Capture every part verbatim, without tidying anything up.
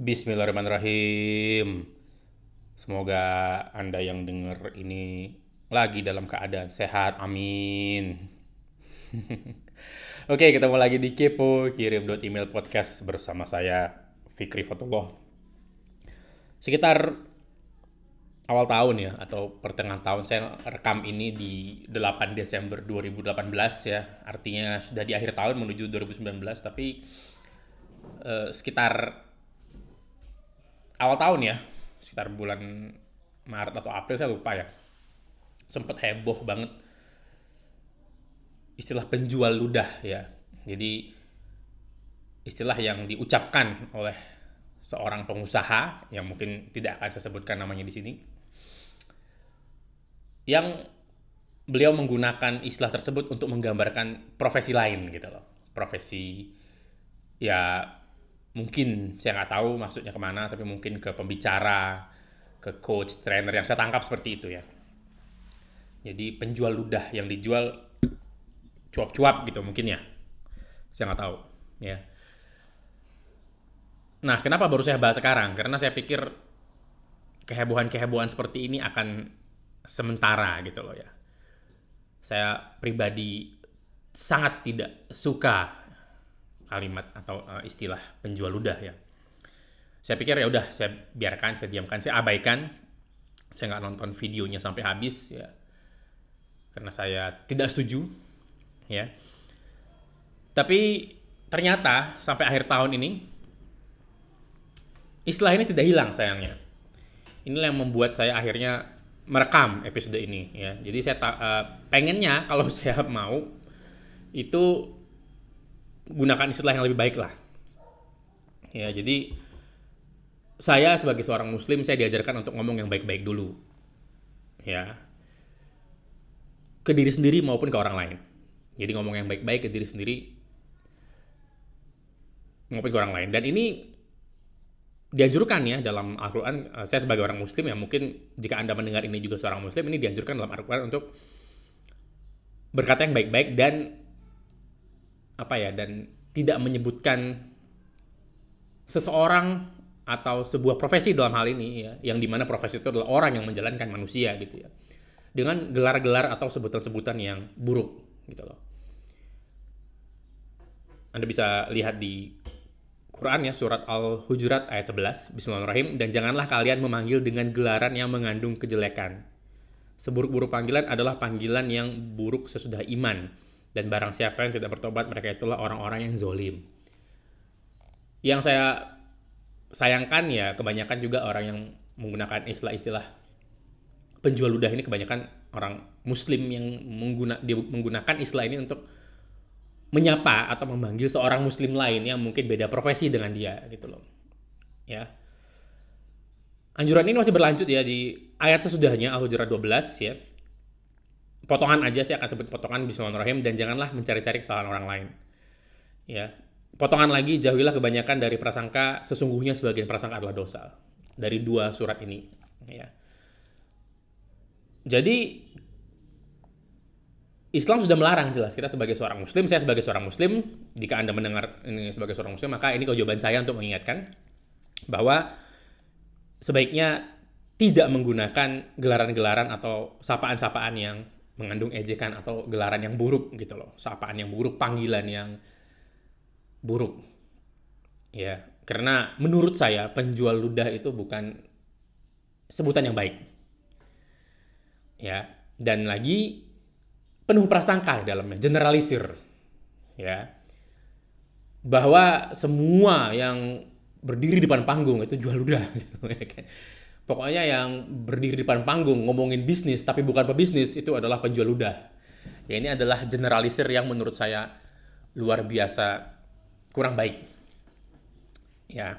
Bismillahirrahmanirrahim. Semoga Anda yang dengar ini lagi dalam keadaan sehat. Amin. Oke, ketemu lagi di Kepo Kirim dot email podcast bersama saya Fikri Fatullah. Sekitar awal tahun ya atau pertengahan tahun, saya rekam ini di delapan Desember dua ribu delapan belas ya. Artinya sudah di akhir tahun menuju dua ribu sembilan belas, tapi eh, sekitar awal tahun ya, sekitar bulan Maret atau April saya lupa ya, sempet heboh banget istilah penjual ludah ya. Jadi istilah yang diucapkan oleh seorang pengusaha yang mungkin tidak akan saya sebutkan namanya di sini, yang beliau menggunakan istilah tersebut untuk menggambarkan profesi lain gitu loh. Profesi ya, mungkin saya nggak tahu maksudnya kemana, tapi mungkin ke pembicara, ke coach, trainer, yang saya tangkap seperti itu ya. Jadi penjual ludah yang dijual cuap-cuap gitu mungkin ya, saya nggak tahu ya. Nah, kenapa baru saya bahas sekarang? Karena saya pikir kehebohan-kehebohan seperti ini akan sementara gitu loh ya. Saya pribadi sangat tidak suka kalimat atau uh, istilah penjual ludah ya. Saya pikir ya udah, saya biarkan, saya diamkan, saya abaikan. Saya nggak nonton videonya sampai habis ya, karena saya tidak setuju ya. Tapi ternyata sampai akhir tahun ini istilah ini tidak hilang sayangnya. Inilah yang membuat saya akhirnya merekam episode ini ya. Jadi saya ta- uh, pengennya kalau saya mau itu gunakan istilah yang lebih baik lah. Ya, jadi saya sebagai seorang muslim, saya diajarkan untuk ngomong yang baik-baik dulu. Ya. Ke diri sendiri maupun ke orang lain. Jadi ngomong yang baik-baik ke diri sendiri maupun ke orang lain. Dan ini dianjurkan ya dalam Al-Quran. Saya sebagai orang muslim ya, mungkin jika Anda mendengar ini juga seorang muslim, ini dianjurkan dalam Al-Quran untuk berkata yang baik-baik dan apa ya, dan tidak menyebutkan seseorang atau sebuah profesi dalam hal ini ya, yang dimana profesi itu adalah orang yang menjalankan manusia gitu ya, dengan gelar-gelar atau sebutan-sebutan yang buruk gitu loh. Anda bisa lihat di Quran ya, surat Al-Hujurat ayat sebelas, Bismillahirrahmanirrahim, dan janganlah kalian memanggil dengan gelaran yang mengandung kejelekan. Seburuk-buruk panggilan adalah panggilan yang buruk sesudah iman, dan barang siapa yang tidak bertobat, mereka itulah orang-orang yang zolim. Yang saya sayangkan ya, kebanyakan juga orang yang menggunakan istilah-istilah penjual ludah ini kebanyakan orang muslim yang mengguna, menggunakan istilah ini untuk menyapa atau memanggil seorang muslim lain yang mungkin beda profesi dengan dia gitu loh. Ya. Anjuran ini masih berlanjut ya di ayat sesudahnya, Al-Hujurat dua belas ya. Potongan aja saya akan sebut potongan, Bismillahirrahmanirrahim, dan janganlah mencari-cari kesalahan orang lain. Ya. Potongan lagi, jauhilah kebanyakan dari prasangka, sesungguhnya sebagian prasangka adalah dosa. Dari dua surat ini ya. Jadi Islam sudah melarang jelas. Kita sebagai seorang muslim, saya sebagai seorang muslim, jika Anda mendengar ini sebagai seorang muslim, maka ini kewajiban saya untuk mengingatkan bahwa sebaiknya tidak menggunakan gelaran-gelaran atau sapaan-sapaan yang mengandung ejekan atau gelaran yang buruk gitu loh. Sapaan yang buruk, panggilan yang buruk. Ya, karena menurut saya penjual ludah itu bukan sebutan yang baik. Ya, dan lagi penuh prasangka di dalamnya, generalisir, ya, bahwa semua yang berdiri di depan panggung itu jual ludah, gitu. Pokoknya yang berdiri di depan panggung ngomongin bisnis tapi bukan pebisnis itu adalah penjual ludah. Ya, ini adalah generalisir yang menurut saya luar biasa kurang baik. Ya.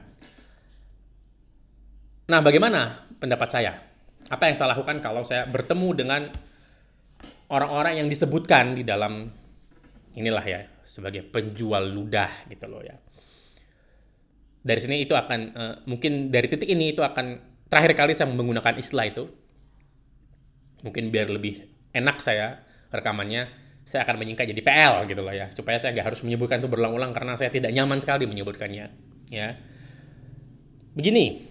Nah, bagaimana pendapat saya? Apa yang saya lakukan kalau saya bertemu dengan orang-orang yang disebutkan di dalam inilah ya sebagai penjual ludah gitu loh ya. Dari sini itu akan uh, mungkin dari titik ini itu akan terakhir kali saya menggunakan istilah itu. Mungkin biar lebih enak saya rekamannya, saya akan menyingkat jadi P L gitu loh ya, supaya saya nggak harus menyebutkan itu berulang-ulang karena saya tidak nyaman sekali menyebutkannya ya. Begini,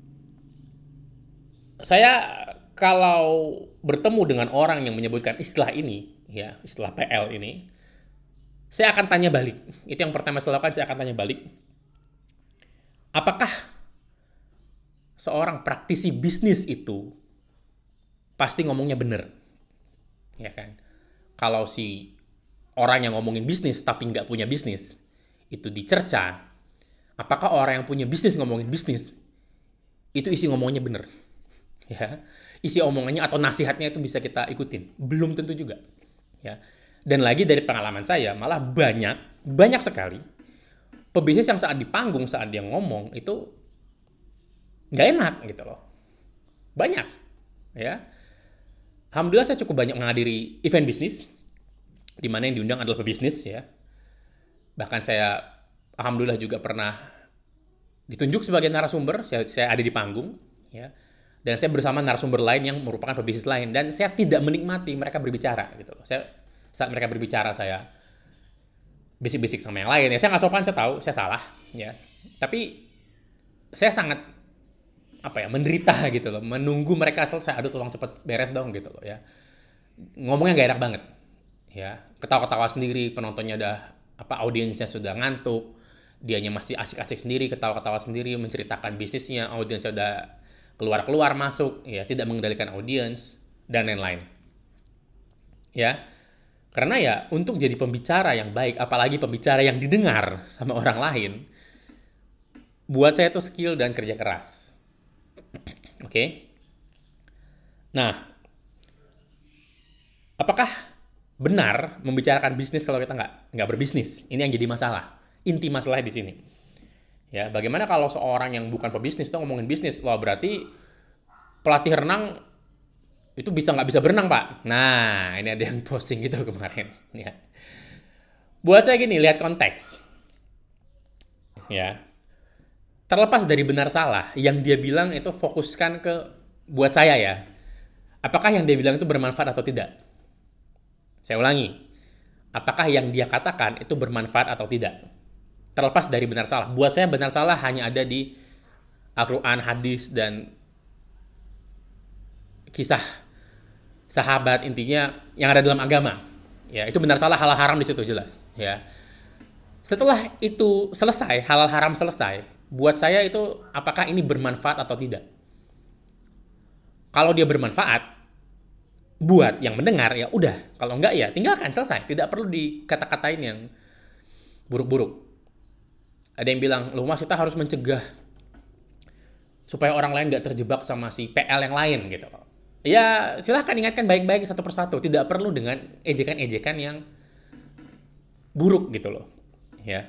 saya kalau bertemu dengan orang yang menyebutkan istilah ini, ya istilah P L ini, saya akan tanya balik. Itu yang pertama saya lakukan, saya akan tanya balik. Apakah seorang praktisi bisnis itu pasti ngomongnya benar? Ya kan? Kalau si orang yang ngomongin bisnis tapi nggak punya bisnis, itu dicerca, apakah orang yang punya bisnis ngomongin bisnis, itu isi ngomongnya benar? Ya, isi omongannya atau nasihatnya itu bisa kita ikutin? Belum tentu juga. Ya. Dan lagi dari pengalaman saya, malah banyak, banyak sekali pebisnis yang saat di panggung, saat dia ngomong, itu nggak enak gitu loh. Banyak. Ya. Alhamdulillah saya cukup banyak menghadiri event bisnis, di mana yang diundang adalah pebisnis ya. Bahkan saya alhamdulillah juga pernah ditunjuk sebagai narasumber, saya, saya ada di panggung ya. Dan saya bersama narasumber lain yang merupakan pebisnis lain, dan saya tidak menikmati mereka berbicara gitu loh. Saya saat mereka berbicara saya bisik-bisik sama yang lain ya. Saya nggak sopan, saya tahu saya salah ya. Tapi saya sangat apa ya, menderita gitu loh, menunggu mereka selesai. Aduh tolong cepet beres dong gitu loh ya. Ngomongnya nggak enak banget ya, ketawa-ketawa sendiri, penontonnya udah apa, audiensnya sudah ngantuk, dianya masih asik-asik sendiri, ketawa-ketawa sendiri menceritakan bisnisnya, audiensnya udah keluar-keluar masuk ya, tidak mengendalikan audiens dan lain-lain ya. Karena ya untuk jadi pembicara yang baik, apalagi pembicara yang didengar sama orang lain, buat saya itu skill dan kerja keras. Oke. Okay? Nah, apakah benar membicarakan bisnis kalau kita nggak nggak berbisnis? Ini yang jadi masalah. Inti masalahnya di sini. Ya, bagaimana kalau seorang yang bukan pebisnis tuh ngomongin bisnis? Wah, berarti pelatih renang itu bisa nggak bisa berenang, Pak? Nah, ini ada yang posting gitu kemarin. Ya. Buat saya gini, lihat konteks. Ya. Terlepas dari benar salah, yang dia bilang itu fokuskan ke, buat saya ya, apakah yang dia bilang itu bermanfaat atau tidak? Saya ulangi, apakah yang dia katakan itu bermanfaat atau tidak? Terlepas dari benar salah. Buat saya benar salah hanya ada di Al-Quran, hadis, dan kisah sahabat, intinya yang ada dalam agama. Ya, itu benar salah, halal haram di situ jelas. Ya. Setelah itu selesai, halal haram selesai, buat saya itu apakah ini bermanfaat atau tidak? Kalau dia bermanfaat buat yang mendengar, ya udah. Kalau enggak ya tinggalkan, selesai. Tidak perlu dikata-katain yang buruk-buruk. Ada yang bilang, loh mas, kita harus mencegah supaya orang lain gak terjebak sama si P L yang lain gitu loh. Ya silahkan ingatkan baik-baik satu persatu. Tidak perlu dengan ejekan-ejekan yang buruk gitu loh. Ya.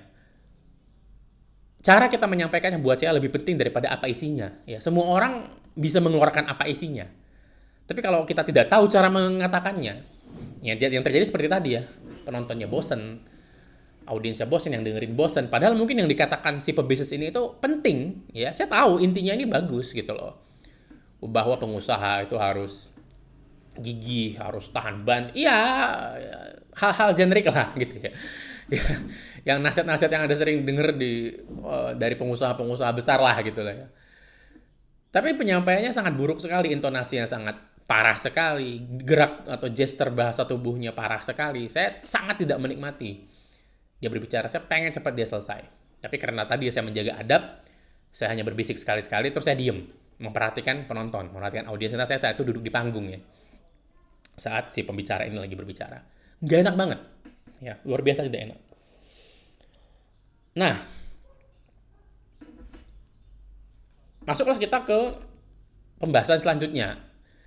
Cara kita menyampaikannya buat saya lebih penting daripada apa isinya. Ya, semua orang bisa mengeluarkan apa isinya. Tapi kalau kita tidak tahu cara mengatakannya, ya yang terjadi seperti tadi ya. Penontonnya bosen, audiensnya bosen, yang dengerin bosen. Padahal mungkin yang dikatakan si pebisnis ini itu penting. Ya, saya tahu intinya ini bagus gitu loh. Bahwa pengusaha itu harus gigih, harus tahan ban. Iya, hal-hal generik lah gitu ya. Ya, yang nasihat-nasihat yang ada sering denger di uh, dari pengusaha-pengusaha besar lah gitu lah ya. Tapi penyampaiannya sangat buruk sekali, intonasinya sangat parah sekali, gerak atau gesture bahasa tubuhnya parah sekali. Saya sangat tidak menikmati dia berbicara. Saya pengen cepat dia selesai. Tapi karena tadi saya menjaga adab, saya hanya berbisik sekali-sekali, terus saya diem, memperhatikan penonton, memperhatikan audiens. Karena saya saat itu duduk di panggung ya, saat si pembicara ini lagi berbicara. Nggak enak banget. Ya, luar biasa tidak enak. Nah, masuklah kita ke pembahasan selanjutnya.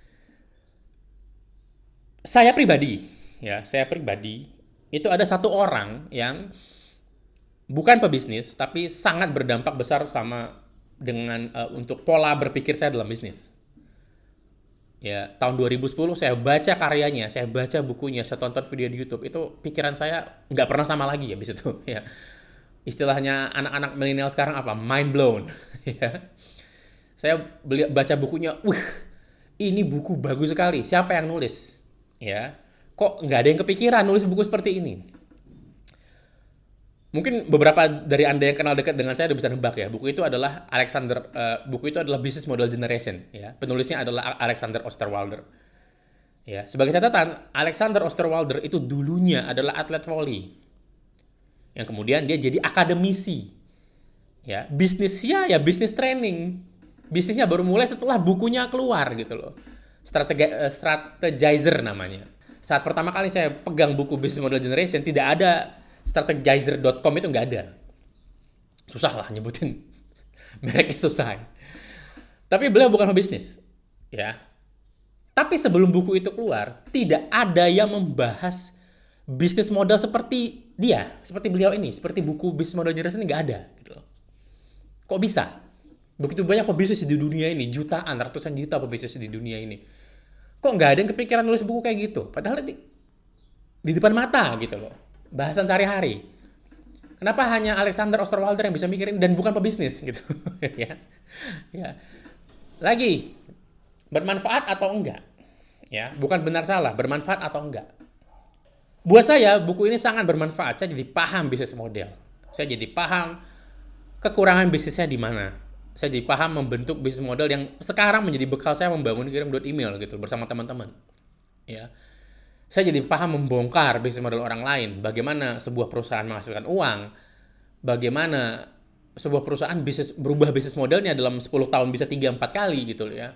Saya pribadi, ya, saya pribadi itu ada satu orang yang bukan pebisnis, tapi sangat berdampak besar sama dengan uh, untuk pola berpikir saya dalam bisnis. Ya, tahun dua ribu sepuluh saya baca karyanya, saya baca bukunya, saya tonton video di YouTube, itu pikiran saya nggak pernah sama lagi ya bis itu. Ya. Istilahnya anak-anak milenial sekarang apa? Mind blown. Ya. Saya beli, baca bukunya, wih, ini buku bagus sekali. Siapa yang nulis? Ya, kok nggak ada yang kepikiran nulis buku seperti ini? Mungkin beberapa dari Anda yang kenal dekat dengan saya udah bisa nebak ya. Buku itu adalah Alexander uh, buku itu adalah Business Model Generation ya. Penulisnya adalah Alexander Osterwalder. Ya, sebagai catatan, Alexander Osterwalder itu dulunya adalah atlet voli. Yang kemudian dia jadi akademisi. Ya, bisnisnya ya bisnis training. Bisnisnya baru mulai setelah bukunya keluar gitu loh. Strategi, uh, strategizer namanya. Saat pertama kali saya pegang buku Business Model Generation, tidak ada strategizer dot com, itu nggak ada. Susah lah nyebutin mereknya, susah ya. Tapi beliau bukan pebisnis. Ya. Tapi sebelum buku itu keluar, tidak ada yang membahas bisnis model seperti dia, seperti beliau ini, seperti buku Business Model Generation ini nggak ada. Gitu loh. Kok bisa? Begitu banyak pebisnis di dunia ini, jutaan, ratusan juta pebisnis di dunia ini. Kok nggak ada yang kepikiran nulis buku kayak gitu? Padahal di, di depan mata gitu loh. Bahasan sehari-hari. Kenapa hanya Alexander Osterwalder yang bisa mikirin dan bukan pebisnis gitu? ya. Ya. Lagi, bermanfaat atau enggak? Ya, bukan benar salah, bermanfaat atau enggak. Buat saya, buku ini sangat bermanfaat. Saya jadi paham bisnis model. Saya jadi paham kekurangan bisnisnya di mana. Saya jadi paham membentuk bisnis model yang sekarang menjadi bekal saya membangun kirim dot email gitu bersama teman-teman. Ya. Saya jadi paham membongkar bisnis model orang lain, bagaimana sebuah perusahaan menghasilkan uang, bagaimana sebuah perusahaan bisnis berubah bisnis modelnya dalam sepuluh tahun bisa tiga empat kali gitu ya.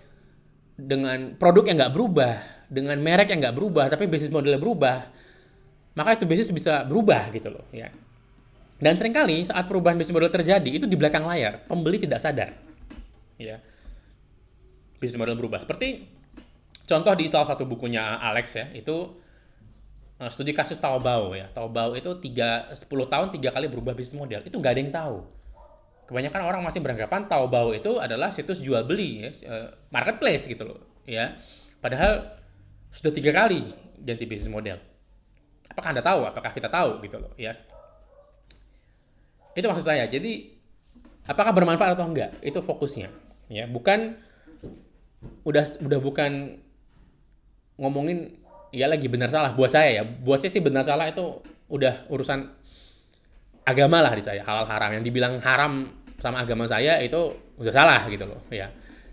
Dengan produk yang nggak berubah, dengan merek yang nggak berubah, tapi bisnis modelnya berubah, maka itu bisnis bisa berubah gitu loh ya. Dan seringkali saat perubahan bisnis model terjadi, itu di belakang layar, pembeli tidak sadar. Ya. Bisnis model berubah. Seperti contoh di salah satu bukunya Alex ya, itu studi kasus Taobao ya. Taobao itu tiga, sepuluh tahun tiga kali berubah bisnis model. Itu nggak ada yang tahu. Kebanyakan orang masih beranggapan Taobao itu adalah situs jual beli ya, marketplace gitu loh ya. Padahal sudah tiga kali ganti bisnis model. Apakah Anda tahu? Apakah kita tahu gitu loh ya. Itu maksud saya. Jadi apakah bermanfaat atau enggak? Itu fokusnya ya. Bukan udah udah bukan ngomongin ya lagi benar salah buat saya ya. Buat saya sih benar salah itu udah urusan agama lah di saya. Halal haram yang dibilang haram sama agama saya itu udah salah gitu loh ya.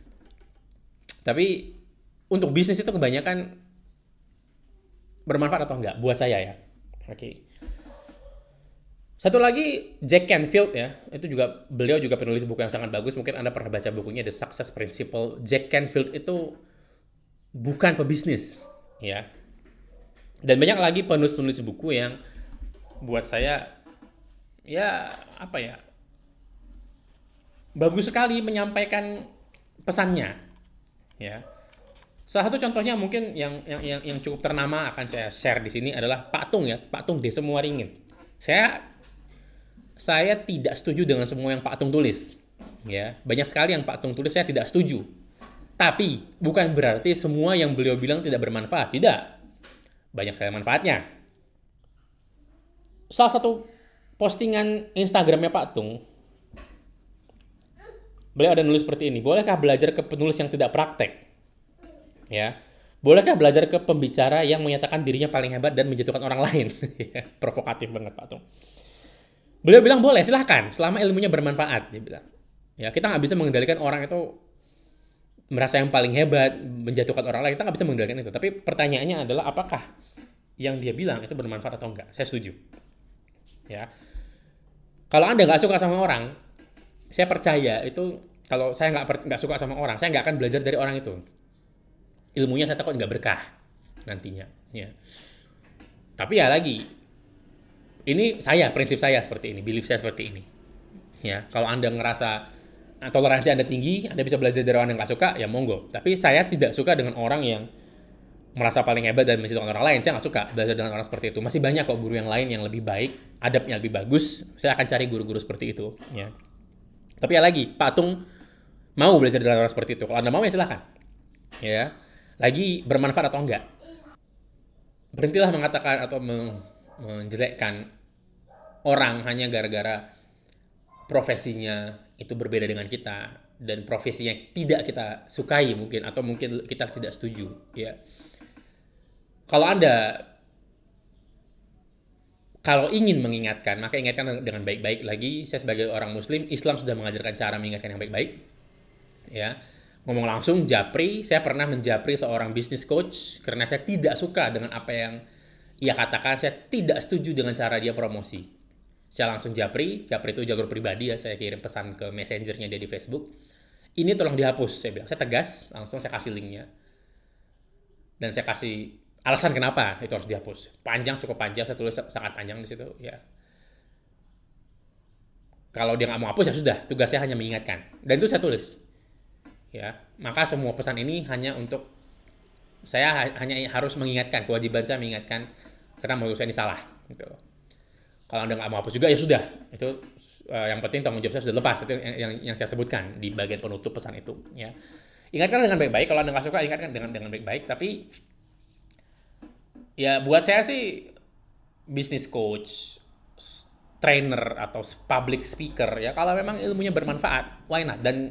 Tapi untuk bisnis itu kebanyakan bermanfaat atau enggak buat saya ya. Oke. Okay. Satu lagi Jack Canfield ya, itu juga beliau juga penulis buku yang sangat bagus. Mungkin Anda pernah baca bukunya The Success Principle. Jack Canfield itu bukan pebisnis ya. Dan banyak lagi penulis-penulis buku yang buat saya ya apa ya, bagus sekali menyampaikan pesannya ya. Salah satu contohnya mungkin yang yang yang, yang cukup ternama akan saya share di sini adalah Pak Tung ya, Pak Tung Desa Muaringin. Saya saya tidak setuju dengan semua yang Pak Tung tulis ya. Banyak sekali yang Pak Tung tulis saya tidak setuju. Tapi bukan berarti semua yang beliau bilang tidak bermanfaat, tidak. Banyak sekali manfaatnya. Salah satu postingan Instagramnya Pak Tung, beliau ada nulis seperti ini, bolehkah belajar ke penulis yang tidak praktek? Ya, bolehkah belajar ke pembicara yang menyatakan dirinya paling hebat dan menjatuhkan orang lain? Provokatif banget Pak Tung. Beliau bilang boleh, silahkan, selama ilmunya bermanfaat. Dia bilang, ya kita nggak bisa mengendalikan orang itu merasa yang paling hebat, menjatuhkan orang lain. Kita nggak bisa mengendalikan itu. Tapi pertanyaannya adalah apakah yang dia bilang itu bermanfaat atau enggak? Saya setuju. Ya, kalau Anda nggak suka sama orang, saya percaya itu kalau saya nggak nggak suka sama orang, saya nggak akan belajar dari orang itu. Ilmunya saya takut nggak berkah nantinya. Ya. Tapi ya lagi, ini saya prinsip saya seperti ini, belief saya seperti ini. Ya, kalau Anda ngerasa toleransi Anda tinggi, Anda bisa belajar dari orang yang nggak suka, ya monggo. Tapi saya tidak suka dengan orang yang merasa paling hebat dan menjatuhkan orang lain. Saya nggak suka belajar dengan orang seperti itu. Masih banyak kok guru yang lain yang lebih baik, adabnya lebih bagus. Saya akan cari guru-guru seperti itu. Ya. Tapi ya lagi, Pak Tung mau belajar dari orang seperti itu. Kalau Anda mau ya silahkan. Ya. Lagi bermanfaat atau enggak? Berhentilah mengatakan atau menjelekkan orang hanya gara-gara profesinya itu berbeda dengan kita dan profesinya tidak kita sukai mungkin atau mungkin kita tidak setuju. Ya. Kalau Anda kalau ingin mengingatkan, maka ingatkan dengan baik-baik. Lagi, saya sebagai orang Muslim, Islam sudah mengajarkan cara mengingatkan yang baik-baik. Ya, ngomong langsung, japri. Saya pernah menjapri seorang business coach karena saya tidak suka dengan apa yang ia katakan. Saya tidak setuju dengan cara dia promosi. Saya langsung japri. Japri itu jalur pribadi ya. Saya kirim pesan ke messengernya dia di Facebook. Ini tolong dihapus. Saya bilang, saya tegas. Langsung saya kasih linknya. Dan saya kasih alasan kenapa itu harus dihapus. Panjang, cukup panjang. Saya tulis sangat panjang di situ. Ya. Kalau dia nggak mau hapus ya sudah. Tugas saya hanya mengingatkan. Dan itu saya tulis. Ya, maka semua pesan ini hanya untuk saya ha- hanya harus mengingatkan. Kewajiban saya mengingatkan karena menurut saya ini salah. Gitu. Kalau anda nggak mau hapus juga ya sudah. Itu uh, yang penting tanggung jawab saya sudah lepas. Itu yang, yang, yang saya sebutkan di bagian penutup pesan itu. Ya. Ingatkan dengan baik-baik. Kalau anda nggak suka, ingatkan dengan dengan baik-baik. Tapi ya buat saya sih business coach, trainer atau public speaker ya kalau memang ilmunya bermanfaat, why not? Dan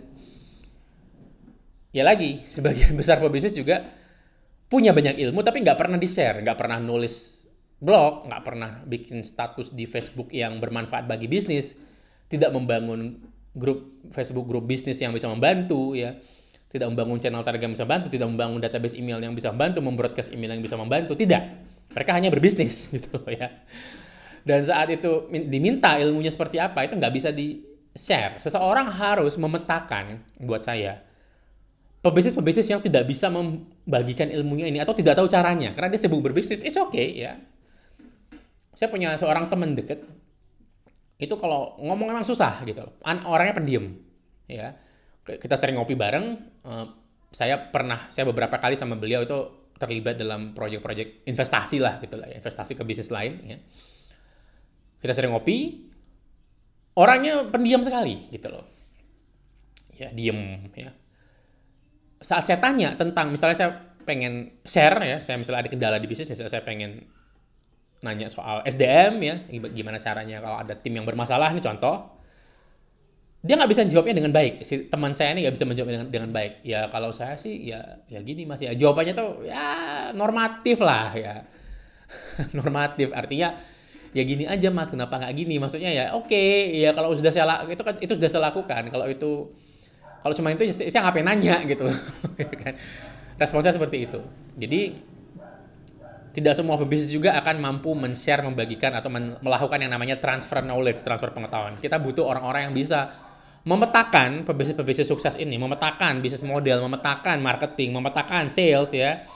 ya lagi sebagian besar pebisnis juga punya banyak ilmu tapi nggak pernah di-share, nggak pernah nulis blog, nggak pernah bikin status di Facebook yang bermanfaat bagi bisnis, tidak membangun grup Facebook grup bisnis yang bisa membantu ya. Tidak membangun channel Telegram yang bisa membantu, tidak membangun database email yang bisa membantu, membroadcast email yang bisa membantu, tidak. Mereka hanya berbisnis gitu ya. Dan saat itu diminta ilmunya seperti apa, itu nggak bisa di-share. Seseorang harus memetakan, buat saya, pebisnis-pebisnis yang tidak bisa membagikan ilmunya ini, atau tidak tahu caranya, karena dia sibuk berbisnis, it's okay ya. Saya punya seorang teman deket, itu kalau ngomong emang susah gitu, orangnya pendiam ya. Kita sering ngopi bareng, uh, saya pernah, saya beberapa kali sama beliau itu terlibat dalam proyek-proyek investasi lah gitu lah, investasi ke bisnis lain ya. Kita sering ngopi, orangnya pendiam sekali gitu loh. Ya, diem ya. Saat saya tanya tentang, misalnya saya pengen share ya, saya misalnya ada kendala di bisnis, misalnya saya pengen nanya soal S D M ya, gimana caranya kalau ada tim yang bermasalah, ini contoh. Dia nggak bisa jawabnya dengan baik. Si teman saya ini nggak bisa menjawab dengan, dengan baik. Ya kalau saya sih ya ya gini mas ya. Jawabannya tuh ya normatif lah ya. Normatif artinya ya gini aja mas. Kenapa nggak gini? Maksudnya ya oke okay, ya kalau sudah saya itu kan itu sudah saya lakukan. Kalau itu kalau cuma itu saya ngapain nanya gitu. Responsnya seperti itu. Jadi tidak semua pebisnis juga akan mampu men-share, membagikan atau men- melakukan yang namanya transfer knowledge, transfer pengetahuan. Kita butuh orang-orang yang bisa memetakan pebisnis-pebisnis sukses ini, memetakan bisnis model, memetakan marketing, memetakan sales ya,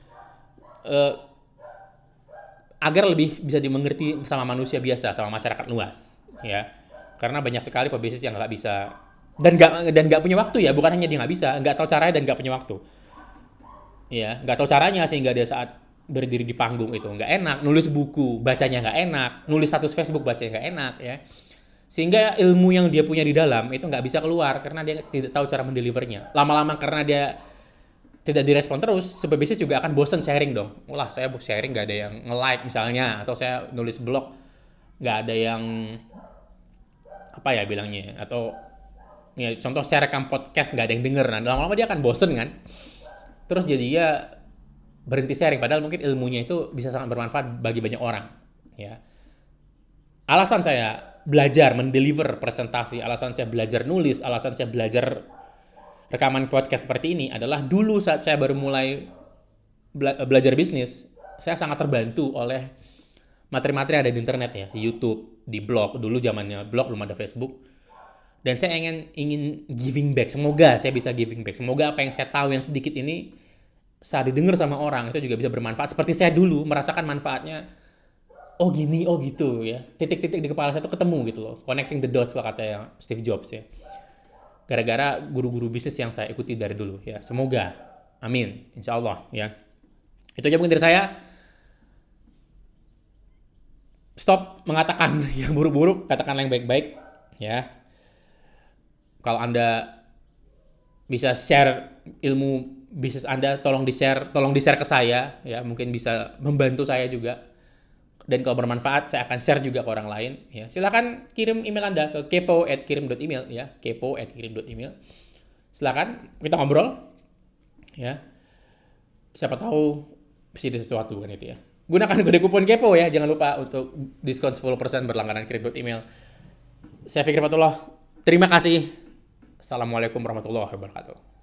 uh, agar lebih bisa dimengerti sama manusia biasa, sama masyarakat luas ya. Karena banyak sekali pebisnis yang nggak bisa dan nggak dan nggak punya waktu ya, bukan hanya dia nggak bisa, nggak tahu caranya dan nggak punya waktu. Ya, nggak tahu caranya sehingga dia saat berdiri di panggung itu nggak enak, nulis buku bacanya nggak enak, nulis status Facebook bacanya nggak enak ya. Sehingga ilmu yang dia punya di dalam itu nggak bisa keluar karena dia tidak tahu cara mendelivernya. Lama-lama karena dia tidak direspon terus, pebisnis juga akan bosen sharing dong. Wah, saya sharing nggak ada yang nge-like misalnya, atau saya nulis blog nggak ada yang apa ya bilangnya, atau ya contoh saya rekam podcast nggak ada yang denger, nah lama-lama dia akan bosen kan. Terus jadi ya berhenti sharing, padahal mungkin ilmunya itu bisa sangat bermanfaat bagi banyak orang ya. Alasan saya belajar mendeliver presentasi, alasan saya belajar nulis, alasan saya belajar rekaman podcast seperti ini adalah dulu saat saya baru mulai bela- belajar bisnis, saya sangat terbantu oleh materi-materi yang ada di internet ya, di YouTube, di blog. Dulu zamannya blog, belum ada Facebook. Dan saya ingin ingin giving back. Semoga saya bisa giving back. Semoga apa yang saya tahu yang sedikit ini saat didengar sama orang itu juga bisa bermanfaat. Seperti saya dulu merasakan manfaatnya. Oh gini, oh gitu ya. Titik-titik di kepala saya tuh ketemu gitu loh. Connecting the dots lah katanya Steve Jobs ya. Gara-gara guru-guru bisnis yang saya ikuti dari dulu ya. Semoga. Amin. Insya Allah ya. Itu aja mungkin dari saya. Stop mengatakan yang buruk-buruk, katakanlah yang baik-baik ya. Kalau Anda bisa share ilmu bisnis Anda, tolong di-share, tolong di-share ke saya ya. Mungkin bisa membantu saya juga. Dan kalau bermanfaat, saya akan share juga ke orang lain. Ya, silakan kirim email Anda ke kepo at kirim dot email ya, kepo at kirim dot email. Silakan kita ngobrol. Ya, siapa tahu bisa ada sesuatu kan itu ya. Gunakan kode kupon kepo ya, jangan lupa untuk diskon sepuluh persen berlangganan kirim email. Saya Fikri Fatullah. Terima kasih. Assalamualaikum warahmatullahi wabarakatuh.